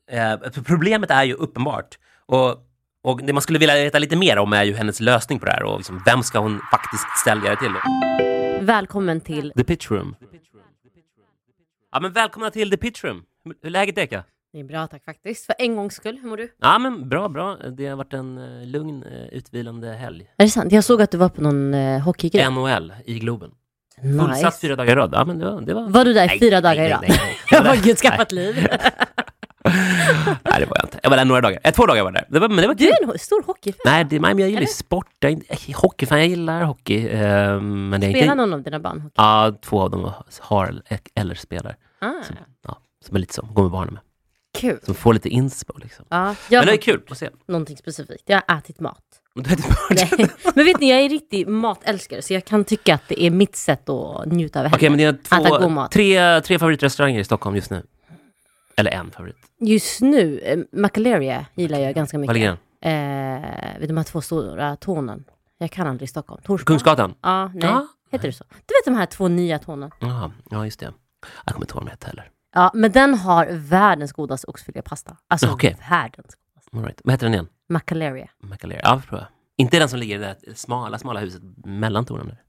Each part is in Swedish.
Problemet är ju uppenbart. Och det man skulle vilja veta lite mer om är ju hennes lösning på det här. Och liksom, vem ska hon faktiskt ställa det till? Välkommen till The Pitch Room. Ja, men välkomna till The Pitch Room. Hur är läget, Eka? Det är bra, tack faktiskt. För en gångs skull, hur mår du? Ja, men bra. Det har varit en lugn, utvilande helg. Är det sant? Jag såg att du var på någon hockeygrej. NHL i Globen. Nice. Fullsatt 4 dagar i rad. Ja, men det var... Var du där i 4 dagar i rad? Jag var gud skaffat liv. Nej, det var jag inte. Jag var där några dagar. 2 dagar var där. Men det var Du är en stor hockeyfan. Nej, jag gillar ju sport. Jag är inte hockeyfan, jag gillar hockey. Men det är Spelar inte... någon av dina barn hockey? Ja, 2 av dem har eller spelar. Som är lite så, går med barnen med. Kul. Som får lite inspo liksom. Ja, men det är kul att se. Någonting specifikt. Jag har ätit mat. Nej. Men vet ni, jag är riktigt matälskare. Så jag kan tycka att det är mitt sätt att njuta av helgen. Okej, men det äta god mat. är tre favoritrestauranger i Stockholm just nu. Eller en favorit. Just nu, Macalaria gillar jag ganska mycket. Vad ligger den? Vid de här 2 stora tornen. Jag kan aldrig i Stockholm. Torsgatan. Kungsgatan? Ja, nej. Ja. Heter det så? Du vet de här 2 nya tornen? Ja, just det. Jag kommer inte ihåg vad de heter heller. Ja, men den har världens godaste oxfilépasta. Alltså världens godaste. All right. Vad heter den igen? Macalaria. Ja, jag provar. Inte den som ligger i det där smala huset mellan tornen där.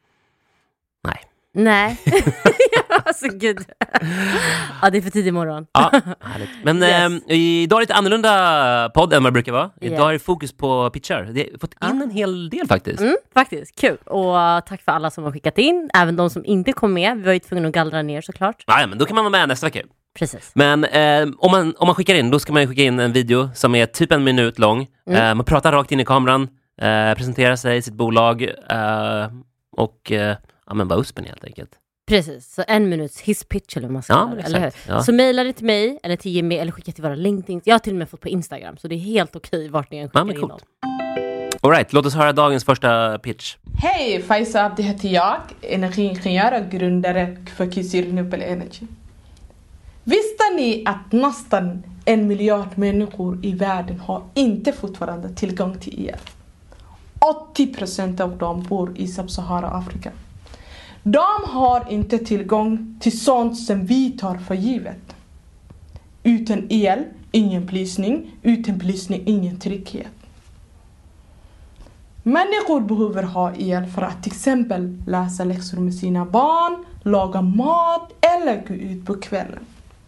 Nej. Alltså gud. Ja, det är för tidig morgon. Ja, härligt. Men idag är det lite annorlunda podd än vad det brukar vara. Idag är det fokus på pitchar. Det har fått in en hel del faktiskt. Faktiskt, kul. Och tack för alla som har skickat in. Även de som inte kom med. Vi var ju tvungna att gallra ner såklart. Ja, men då kan man vara med nästa vecka. Precis. Men om man skickar in, då ska man skicka in en video som är typ 1 minut lång. Man pratar rakt in i kameran, presenterar sig, sitt bolag och bara uspen helt enkelt. Precis, så 1 minuts hisspitch eller vad man ska göra, eller hur? Ja. Så mejla det till mig eller till Jimmy eller skicka till våra LinkedIn. Jag har till och med fått på Instagram, så det är helt okej vart ni än skickar in dem. All right, låt oss höra dagens första pitch. Hej, Faisa Abdi heter jag, energiingenjör och grundare för QC Renewable Energy. Visste ni att nästan 1 miljard människor i världen har inte fortfarande tillgång till el? 80% av dem bor i Sub-Sahara-Afrika. De har inte tillgång till sånt som vi tar för givet. Utan el, ingen belysning. Utan belysning, ingen trygghet. Människor behöver ha el för att till exempel läsa läxor med sina barn, laga mat eller gå ut på kvällen.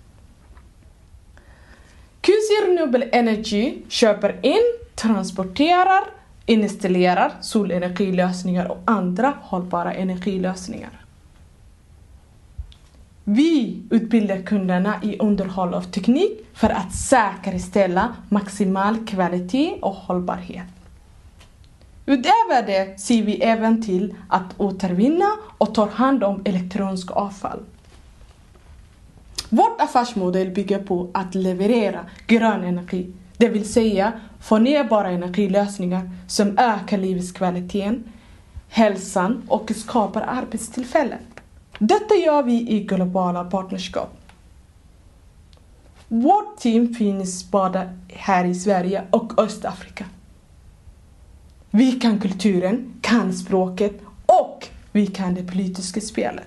QC Renewable Energy köper in, transporterar, installerar solenergilösningar och andra hållbara energilösningar. Vi utbildar kunderna i underhåll av teknik för att säkerställa maximal kvalitet och hållbarhet. Utöver det ser vi även till att återvinna och ta hand om elektroniskt avfall. Vårt affärsmodell bygger på att leverera grön energi, det vill säga förnybara energilösningar som ökar livskvaliteten, hälsan och skapar arbetstillfällen. Detta gör vi i globala partnerskap. Vårt team finns både här i Sverige och Östafrika. Vi kan kulturen, kan språket och vi kan det politiska spelet.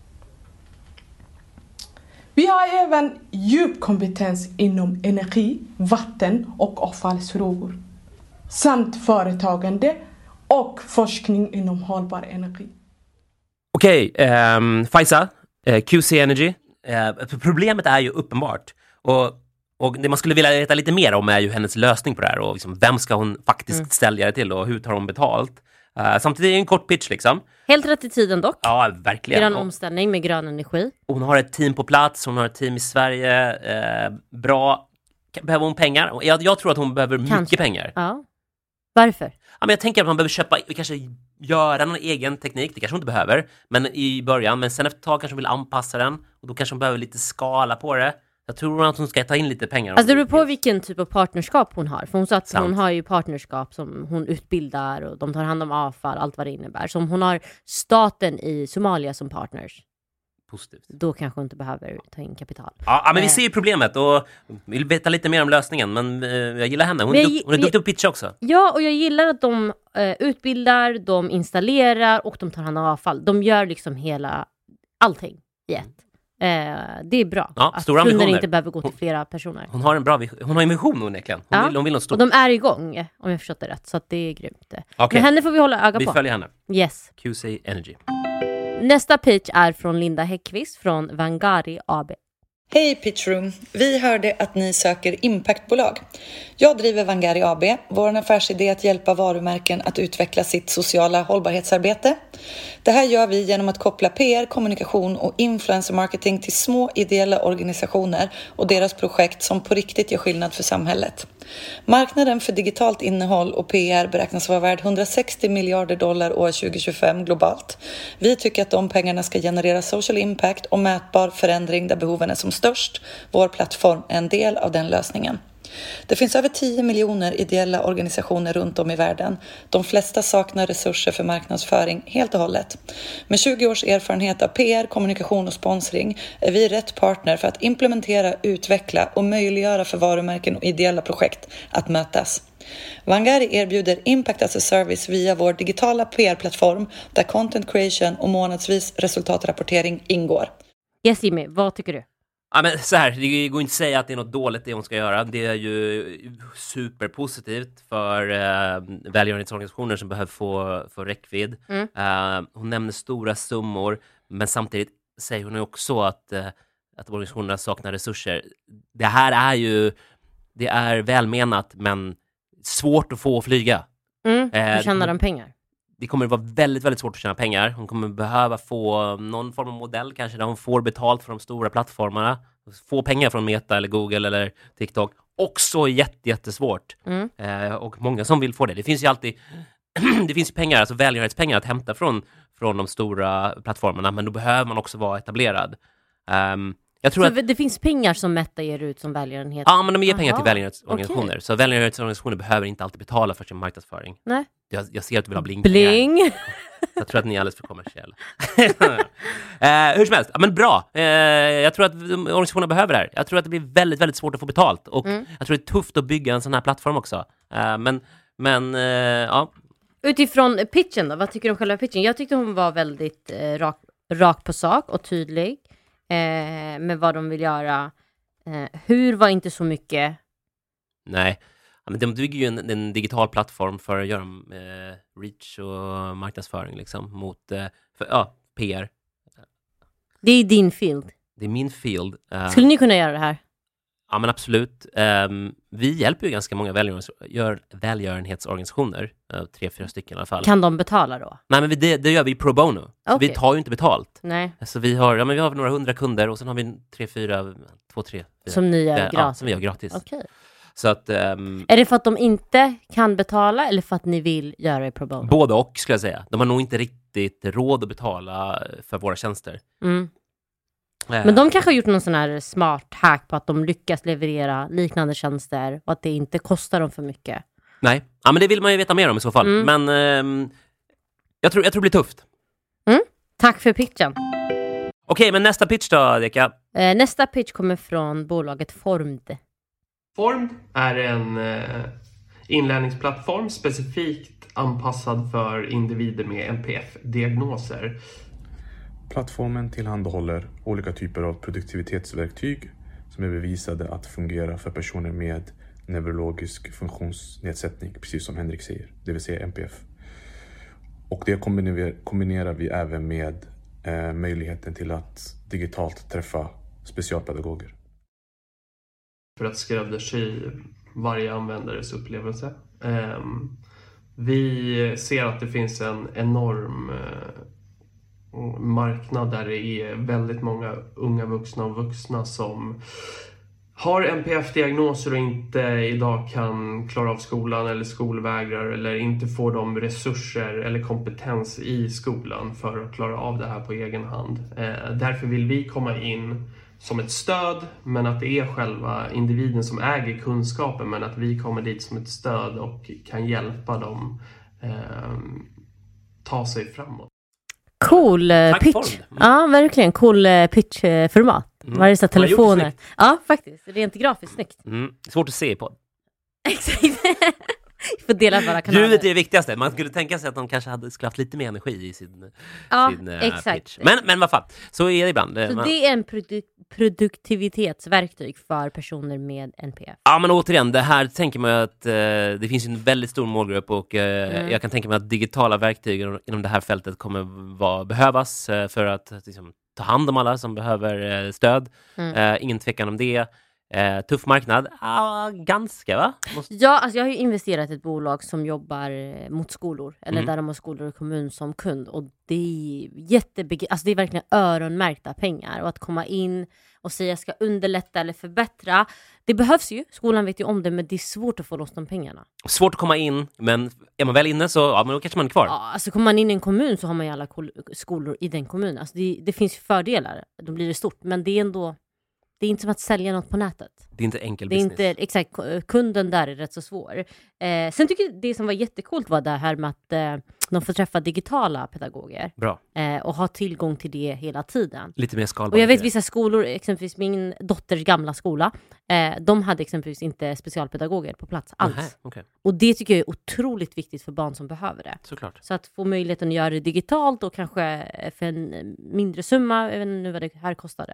Vi har även djup kompetens inom energi, vatten och avfallsfrågor. Samt företagande och forskning inom hållbar energi. Okej, Faisa, QC Energy. Problemet är ju uppenbart. Och det man skulle vilja veta lite mer om är ju hennes lösning på det här. Och liksom, vem ska hon faktiskt ställa det till och hur tar hon betalt? Samtidigt är det en kort pitch liksom. Helt rätt i tiden dock. Ja, verkligen. Grön omställning med grön energi. Hon har ett team på plats, hon har ett team i Sverige. Bra. Behöver hon pengar? Jag tror att hon behöver mycket pengar. Ja. Varför? Ja, men jag tänker att man behöver köpa, kanske göra någon egen teknik. Det kanske hon inte behöver, men i början. Men sen efter ett tag kanske hon vill anpassa den. Och då kanske hon behöver lite skala på det. Jag tror att hon ska ta in lite pengar. Alltså det beror på vilken typ av partnerskap hon har. För hon sa att hon har ju partnerskap som hon utbildar och de tar hand om avfall, allt vad det innebär. Så om hon har staten i Somalia som partners, positivt, då kanske hon inte behöver ta in kapital. Ja, men vi ser ju problemet och vill veta lite mer om lösningen. Men jag gillar henne. Hon är duktig på pitcha också. Ja, och jag gillar att de utbildar, de installerar och de tar hand om avfall. De gör liksom allting i ett. Det är bra. Ja, att stora kunden ambitioner. inte behöver gå till flera personer. Hon har en vision onekligen. Hon vill något stort. Och de är igång, om jag förstått det rätt. Så att det är grymt. Okay. Men henne får vi hålla öga på. Vi följer henne. Yes. QC Energy. Nästa pitch är från Linda Häggkvist från Vangari AB. Hej Pitchroom! Vi hörde att ni söker impactbolag. Jag driver Vangari AB. Vår affärsidé är att hjälpa varumärken att utveckla sitt sociala hållbarhetsarbete. Det här gör vi genom att koppla PR, kommunikation och influencer marketing till små ideella organisationer och deras projekt som på riktigt gör skillnad för samhället. Marknaden för digitalt innehåll och PR beräknas vara värd $160 miljarder år 2025 globalt. Vi tycker att de pengarna ska generera social impact och mätbar förändring där behoven är som störst. Vår plattform är en del av den lösningen. Det finns över 10 miljoner ideella organisationer runt om i världen. De flesta saknar resurser för marknadsföring helt och hållet. Med 20 års erfarenhet av PR, kommunikation och sponsring är vi rätt partner för att implementera, utveckla och möjliggöra för varumärken och ideella projekt att mötas. Vangari erbjuder Impact as a Service via vår digitala PR-plattform där content creation och månadsvis resultatrapportering ingår. Yes Jimmy, vad tycker du? Ja, men så här, det går inte att säga att det är något dåligt det hon ska göra. Det är ju superpositivt för välgörenhetsorganisationer som behöver få räckvidd. Hon nämner stora summor, men samtidigt säger hon ju också att organisationerna saknar resurser. Det här det är välmenat, men svårt att få flyga. Hur tjänar de pengar? Det kommer att vara väldigt, väldigt svårt att tjäna pengar. Hon kommer behöva få någon form av modell kanske där hon får betalt för de stora plattformarna. Få pengar från Meta eller Google eller TikTok. Också jättesvårt. Och många som vill få det. Det finns ju alltid det finns pengar, alltså välgörenhetspengar att hämta från de stora plattformarna. Men då behöver man också vara etablerad. Jag tror det finns pengar som Meta ger ut som välgörenhet? Ja, men de ger pengar till välgörenhetsorganisationer. Okay. Så välgörenhetsorganisationer behöver inte alltid betala för sin marknadsföring. Nej. Jag ser att du vill ha bling. Bling! Jag tror att ni är alldeles för kommersiella. Hur som helst, men bra. Jag tror att organisationerna behöver det här. Jag tror att det blir väldigt, väldigt svårt att få betalt. Och jag tror det är tufft att bygga en sån här plattform också. Men ja. Utifrån pitchen då, vad tycker du om själva pitchen? Jag tyckte hon var väldigt rak på sak och tydlig med vad de vill göra. Hur var inte så mycket. Nej, men de bygger ju en digital plattform för att göra reach och marknadsföring liksom, mot PR. Det är din field. Det är min field. Skulle ni kunna göra det här? Ja, men absolut. Vi hjälper ju ganska många välgörenhetsorganisationer. 3-4 stycken i alla fall. Kan de betala då? Nej, men det gör vi pro bono. Så vi tar ju inte betalt. Nej. Så vi har några 100 kunder och sen har vi 2-3 som ni gör gratis. Ja, som vi gör gratis. Okay. Så att, är det för att de inte kan betala eller för att ni vill göra det pro bono? Både och skulle jag säga. De har nog inte riktigt råd att betala för våra tjänster. Men de kanske har gjort någon sån här smart hack på att de lyckas leverera liknande tjänster och att det inte kostar dem för mycket. Nej, men det vill man ju veta mer om i så fall. Men jag tror det blir tufft. Tack för pitchen. Okej, men nästa pitch då, Deka? Nästa pitch kommer från bolaget Formed. Formed är en inlärningsplattform specifikt anpassad för individer med NPF-diagnoser. Plattformen tillhandahåller olika typer av produktivitetsverktyg som är bevisade att fungera för personer med neurologisk funktionsnedsättning, precis som Henrik säger, det vill säga NPF. Och det kombinerar vi även med möjligheten till att digitalt träffa specialpedagoger. För att skräddarsy varje användares upplevelse. Vi ser att det finns en enorm marknad där det är väldigt många unga vuxna och vuxna som har NPF-diagnoser och inte idag kan klara av skolan eller skolvägrar eller inte får de resurser eller kompetens i skolan för att klara av det här på egen hand. Därför vill vi komma in som ett stöd, men att det är själva individen som äger kunskapen, men att vi kommer dit som ett stöd och kan hjälpa dem ta sig framåt. Cool pitch. Ja, verkligen. Cool pitch-format. Var det så telefoner? Ja, faktiskt. Rent grafiskt snyggt. Svårt att se på. Exakt. Får dela våra kanaler. Ljudet är det viktigaste. Man skulle tänka sig att de kanske skulle haft lite mer energi i sin exakt. pitch. Men vad fan, så är det ibland. Så det är en produktivitetsverktyg för personer med NPF. Ja, men återigen, det här tänker man att det finns en väldigt stor målgrupp och jag kan tänka mig att digitala verktyg inom det här fältet kommer behövas för att liksom, ta hand om alla som behöver stöd. Ingen tvekan om det. Tuff marknad? Ganska, va? Ja, alltså jag har ju investerat i ett bolag som jobbar mot skolor. Eller där de har skolor och kommun som kund. Och det är alltså det är verkligen öronmärkta pengar. Och att komma in och säga ska underlätta eller förbättra. Det behövs ju. Skolan vet ju om det, men det är svårt att få loss de pengarna. Svårt att komma in, men är man väl inne så men då kanske man är kvar. Ja, alltså kommer man in i en kommun så har man ju alla skolor i den kommunen. Alltså det finns ju fördelar. Då blir det stort. Men det är ändå... Det är inte som att sälja något på nätet. Det är inte enkel business. business. Inte, exakt, kunden där är rätt så svår. Sen tycker jag det som var jättekult var det här med att de får träffa digitala pedagoger. Bra. Och ha tillgång till det hela tiden. Lite mer skalbarhet. Och jag vet vissa skolor, exempelvis min dotters gamla skola, de hade exempelvis inte specialpedagoger på plats alls. Okay. Och det tycker jag är otroligt viktigt för barn som behöver det. Såklart. Så att få möjligheten att göra det digitalt och kanske för en mindre summa, jag vet inte nu vad det här kostade.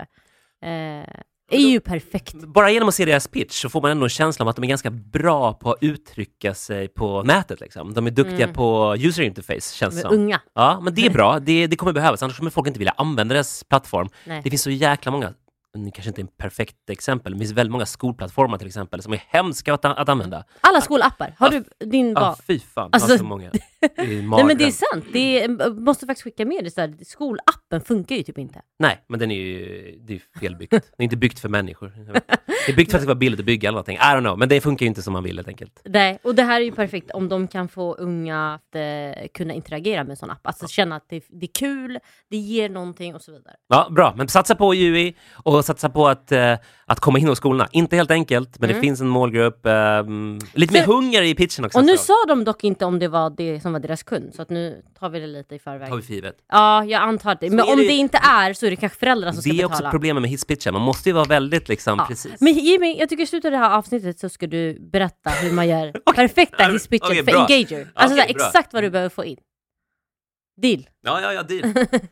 Är ju perfekt. Bara genom att se deras pitch så får man ändå en känsla om att de är ganska bra på att uttrycka sig på nätet. Liksom. De är duktiga på user interface, känns det som. Unga. Ja, men det är bra. Det kommer behövas. Annars kommer folk inte vilja använda deras plattform. Nej. Det finns så jäkla många, kanske inte en perfekt exempel, men det finns väldigt många skolplattformar till exempel som är hemska att använda. Alla skolappar. Har du din barn? Fy fan, alltså, så många. Nej, men det är sant. Det måste faktiskt skicka med det. Så här, skolappen funkar ju typ inte. Nej, men det är felbyggt. Det är inte byggt för människor. Det är byggt för att det ska vara billigt att bygga eller någonting. I don't know, men det funkar ju inte som man vill helt enkelt. Nej, och det här är ju perfekt om de kan få unga att kunna interagera med en sån app. Alltså känna att det är kul, det ger någonting och så vidare. Ja, bra. Men satsa på UI och satsa på att komma in hos skolorna. Inte helt enkelt, men det finns en målgrupp. Lite mer hunger i pitchen också. Och nu sa de dock inte om det var det som var deras kund. Så att nu tar vi det lite i förväg. Tar vi för givet. Ja, jag antar det. Men om det inte är så är det kanske föräldrar som ska betala. Det är också problemet med hisspitchen. Man måste ju vara väldigt precis. Men Jimmy, jag tycker i slutet av det här avsnittet så ska du berätta hur man gör perfekta hisspitchen för Engager. Alltså exakt vad du behöver få in. Deal. Ja, deal.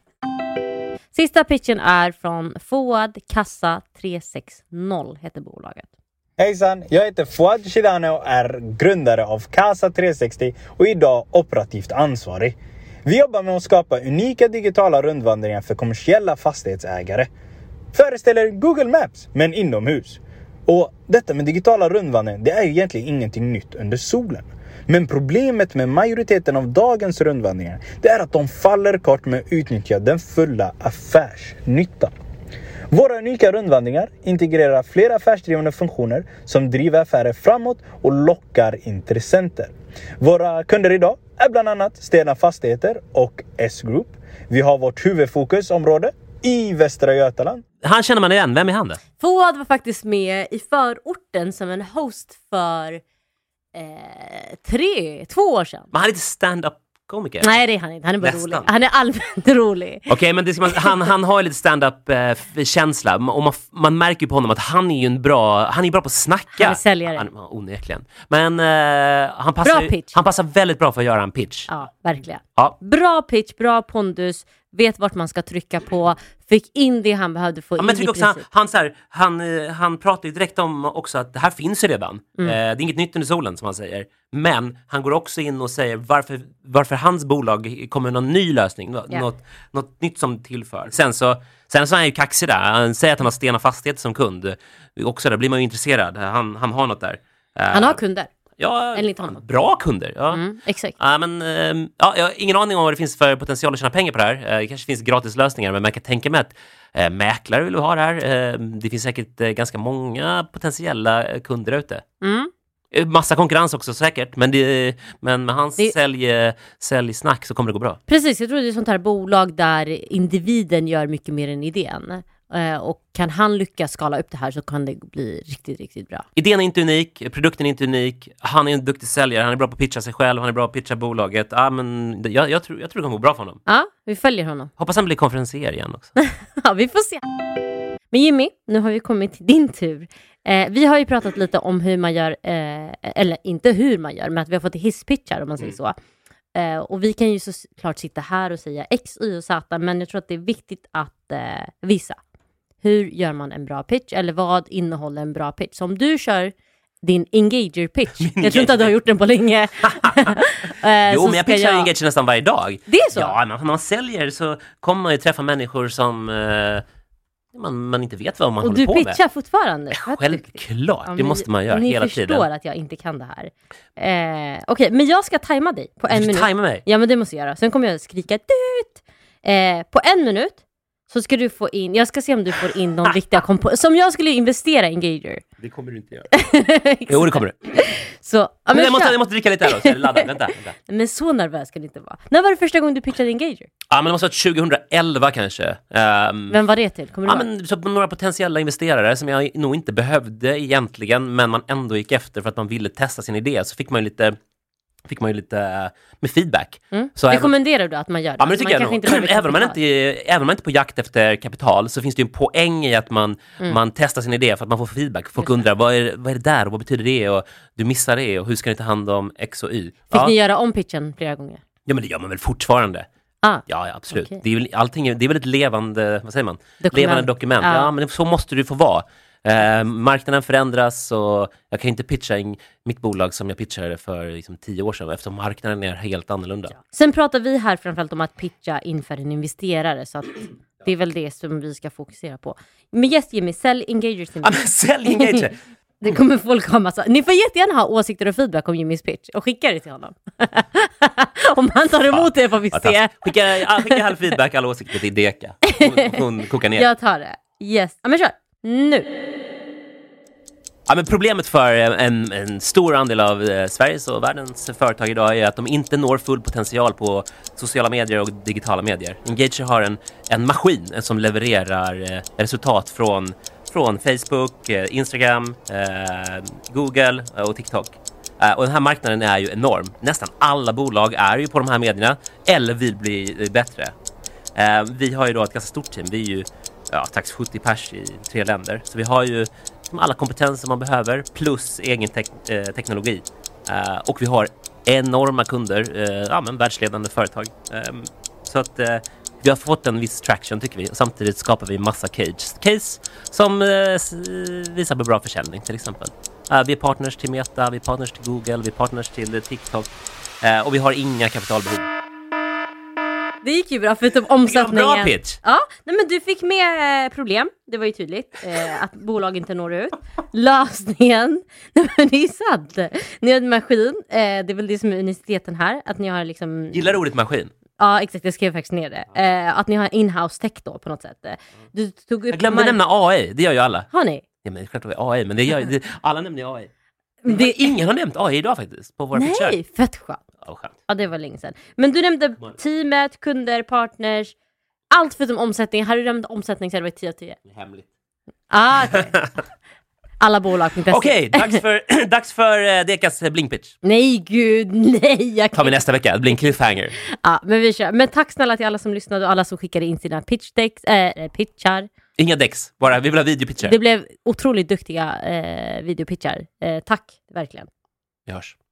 Sista pitchen är från Fouad Kassa 360 heter bolaget. Hejsan, jag heter Fouad Shidane och är grundare av Kassa 360 och idag operativt ansvarig. Vi jobbar med att skapa unika digitala rundvandringar för kommersiella fastighetsägare. Föreställer Google Maps, men inomhus. Och detta med digitala rundvandringar, det är ju egentligen ingenting nytt under solen. Men problemet med majoriteten av dagens rundvandringar, det är att de faller kort med att utnyttja den fulla affärsnyttan. Våra unika rundvandringar integrerar flera affärsdrivande funktioner som driver affärer framåt och lockar intressenter. Våra kunder idag är bland annat Stena Fastigheter och S-Group. Vi har vårt huvudfokusområde i Västra Götaland. Han känner man igen. Vem är han då? Fouad var faktiskt med i förorten som en host för 2 år sedan. Men han är inte stand-up komiker. Nej, det är han inte. Han är bara Nästan. rolig. Han är allmänt rolig. Okej, men han har lite stand-up-känsla. Och man märker ju på honom att han är bra på att snacka. Han är säljare. Onekligen. Men han passar väldigt bra för att göra en pitch. Ja, verkligen. Ja. Bra pitch, bra pondus. Vet vart man ska trycka på. Fick in det han behövde få in i också, han pratar ju direkt om också att det här finns ju redan. Det är inget nytt under solen som han säger. Men han går också in och säger varför hans bolag kommer med någon ny lösning. Något nytt som tillför. Sen så är han ju kaxig där. Han säger att han har Stena Fastighet som kund. Också där blir man ju intresserad. Han har något där. Han har kunder. Ja, bra kunder. Ja. Exakt. Jag har ingen aning om vad det finns för potential att tjäna pengar på det här. Det kanske finns gratislösningar, men man kan tänka mig att mäklare vill ha det här. Det finns säkert ganska många potentiella kunder ute. Massa konkurrens också säkert, men med hans säljsnack så kommer det gå bra. Precis, jag tror det är sånt här bolag där individen gör mycket mer än idén. Och kan han lyckas skala upp det här så kan det bli riktigt, riktigt bra. Idén är inte unik, produkten är inte unik. Han är en duktig säljare, han är bra på att pitcha sig själv, han är bra på att pitcha bolaget. Jag tror det kommer gå bra för honom. Ja, vi följer honom. Hoppas han blir konferenser igen också. Ja, vi får se. Men Jimmy, nu har vi kommit till din tur. Vi har ju pratat lite om hur man gör, eller inte hur man gör, men att vi har fått hisspitchar om man säger så. Och vi kan ju såklart sitta här och säga X, Y och Z, men jag tror att det är viktigt att visa. Hur gör man en bra pitch? Eller vad innehåller en bra pitch? Så om du kör din engager pitch. Jag tror inte att du har gjort den på länge. Jo, men jag pitchar engager nästan varje dag. Det är så? Ja, när man säljer så kommer man ju träffa människor som man inte vet vad man håller på med. Och du pitchar fortfarande? Självklart, det måste man göra hela tiden. Ni förstår att jag inte kan det här. Okej, men jag ska tajma dig på 1 minut. Tajma mig? Ja, men det måste jag göra. Sen kommer jag skrika på 1 minut. Så ska du få in, jag ska se om du får in de viktiga komponenter. Som jag skulle investera i Engager. Det kommer du inte göra. Jo, det kommer du. Så, ja, men jag måste dricka lite här då, så jag laddar. Vänta. Men så nervös ska det inte vara. När var det första gången du pitchade Engager? Ja, men det måste vara 2011 kanske. Vem var det till? Kommer du men så några potentiella investerare som jag nog inte behövde egentligen, men man ändå gick efter för att man ville testa sin idé. Så fick man ju lite med feedback. Så rekommenderar du att man gör det? Ja, men det tycker jag nog. Även om man inte är på jakt efter kapital, så finns det ju en poäng i att man testar sin idé för att man får feedback. Folk undrar, vad är det där och vad betyder det? Och du missar det och hur ska ni ta hand om X och Y? Fick ni göra om pitchen flera gånger? Ja, men det gör man väl fortfarande. Ja, absolut. Okay. Det är väl ett levande, vad säger man? Levande dokument. Ja, men så måste du få vara. Marknaden förändras och jag kan inte pitcha mitt bolag som jag pitchade för liksom 10 år sedan, eftersom marknaden är helt annorlunda. Sen pratar vi här framförallt om att pitcha inför en investerare, så att det är väl det som vi ska fokusera på. Men yes, Jimmy, sälj Engager till mig. Ja, men sälj Engager! Det kommer folk ha massa. Ni får jättegärna ha åsikter och feedback om Jimmys pitch och skicka det till honom. Om han tar emot det får vi se. Skicka all feedback, alla åsikter till Deka. Hon kokar ner. Jag tar det. Yes. Ja, men kör. Nu. Ja, men problemet för en stor andel av Sveriges och världens företag idag är att de inte når full potential på sociala medier och digitala medier. Engager har en maskin som levererar resultat från Facebook, Instagram, Google och TikTok. Och den här marknaden är ju enorm. Nästan alla bolag är ju på de här medierna eller vill bli bättre. Vi har ju då ett ganska stort team. Vi är ju tax 70 pers i 3 länder. Så vi har ju alla kompetenser man behöver plus egen teknologi. Och vi har enorma kunder, men världsledande företag. Så att vi har fått en viss traction tycker vi. Samtidigt skapar vi massa case som visar på bra försäljning till exempel. Vi är partners till Meta, vi är partners till Google, vi är partners till TikTok. Och vi har inga kapitalbehov. Det gick ju bra förutom omsättningen. Bra pitch! Ja, nej, men du fick med problem. Det var ju tydligt att bolag inte når ut. Lösningen, nej, men det är sant. Ni har en maskin, det är väl det som är uniciteten här. Att ni har liksom... Gillar ordet maskin? Ja, exakt. Jag skrev faktiskt ner det. Att ni har in-house tech då på något sätt. Du tog upp jag glömde nämna AI, det gör ju alla. Har ni? Ja, men klart det är AI, men alla nämner AI. Ingen har nämnt AI idag faktiskt på våra pitchar. Nej, fett skönt. Ja, det var länge sedan. Men du nämnde teamet, kunder, partners, allt förutom omsättning. Har du nämnt omsättning så det var 10 av 10. Hemligt. Okay. Alla bolag. Okej, dags för Dekas blinkpitch. Nej, gud, nej. Tar vi nästa vecka, det blir en cliffhanger. Ja, men vi kör. Men tack snälla till alla som lyssnade och alla som skickade in sina pitchar. Inga decks, bara vi vill ha videopitchar. Det blev otroligt duktiga videopitchar. Tack, verkligen. Vi hörs.